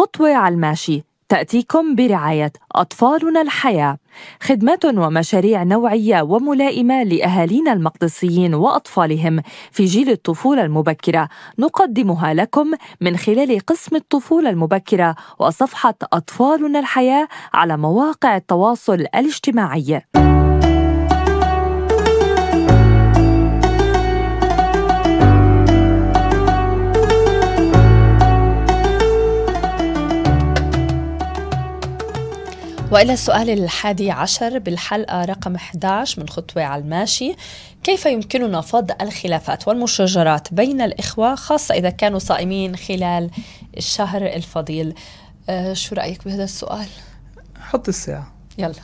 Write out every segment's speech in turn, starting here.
خطوة على الماشي تأتيكم برعاية أطفالنا الحياة، خدمات ومشاريع نوعية وملائمة لأهالينا المقدسيين وأطفالهم في جيل الطفولة المبكرة، نقدمها لكم من خلال قسم الطفولة المبكرة وصفحة أطفالنا الحياة على مواقع التواصل الاجتماعي. وإلى السؤال 11 بالحلقة رقم 11 من خطوة على الماشي: كيف يمكننا فض الخلافات والمشاجرات بين الإخوة خاصة إذا كانوا صائمين خلال الشهر الفضيل؟ شو رأيك بهذا السؤال؟ حط الساعة يلا.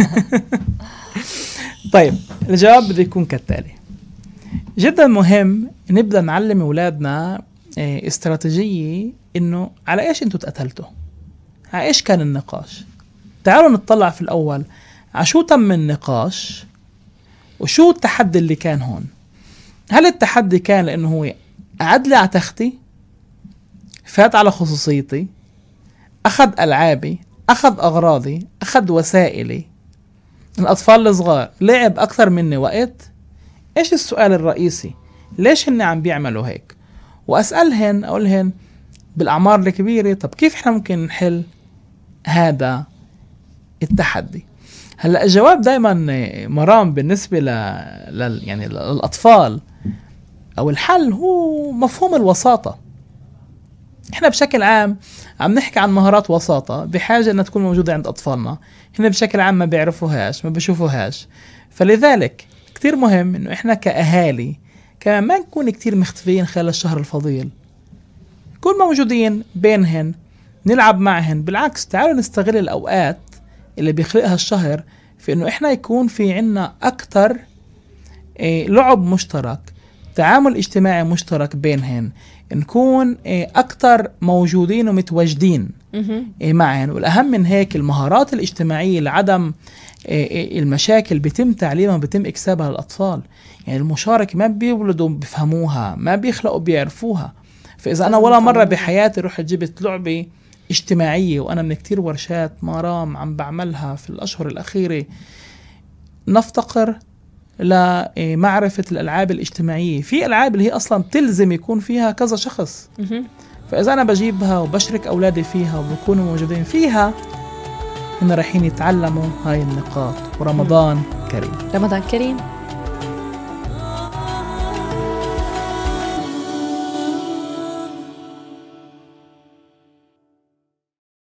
طيب الجواب بده يكون كالتالي: جدا مهم نبدأ نعلم أولادنا استراتيجية إنه على إيش أنتوا تقتلتوا، على إيش كان النقاش. تعالوا نطلع في الأول على شو تم النقاش وشو التحدي اللي كان هون. هل التحدي كان لأنه هو قعد لي على تختي، فات على خصوصيتي، أخذ ألعابي، أخذ أغراضي، أخذ وسائلي، الأطفال الصغار لعب أكثر مني وقت؟ إيش السؤال الرئيسي؟ ليش هن عم بيعملوا هيك؟ وأسألهن أقولهن بالأعمار الكبيرة طب كيف إحنا ممكن نحل هذا التحدي؟ هلا الجواب دائما مرام بالنسبه يعني للاطفال او الحل هو مفهوم الوساطه. احنا بشكل عام عم نحكي عن مهارات وساطه بحاجه انها تكون موجوده عند اطفالنا، هن بشكل عام ما بيعرفوهاش ما بيشوفوهاش. فلذلك كتير مهم انه احنا كاهالي كمان ما نكون كتير مختفيين خلال الشهر الفضيل، نكون موجودين بينهن، نلعب معهن. بالعكس تعالوا نستغل الأوقات اللي بيخلقها الشهر في إنه إحنا يكون في عنا أكتر لعب مشترك، تعامل اجتماعي مشترك بينهن، نكون أكتر موجودين ومتواجدين معهن. والأهم من هيك المهارات الاجتماعية لعدم المشاكل بيتم تعليمها بيتم إكسابها للأطفال. يعني المشاركة ما بيولدوا بيفهموها، ما بيخلقوا بيعرفوها. فإذا أنا ولا مرة بحياتي رحت جبت لعبة اجتماعية، وأنا من كتير ورشات مرام عم بعملها في الأشهر الأخيرة، نفتقر لمعرفة الألعاب الاجتماعية. في ألعاب اللي هي أصلا بتلزم يكون فيها كذا شخص، فإذا أنا بجيبها وبشرك أولادي فيها وبكونوا موجودين فيها، هن رايحين يتعلموا هاي النقاط. ورمضان كريم. رمضان كريم.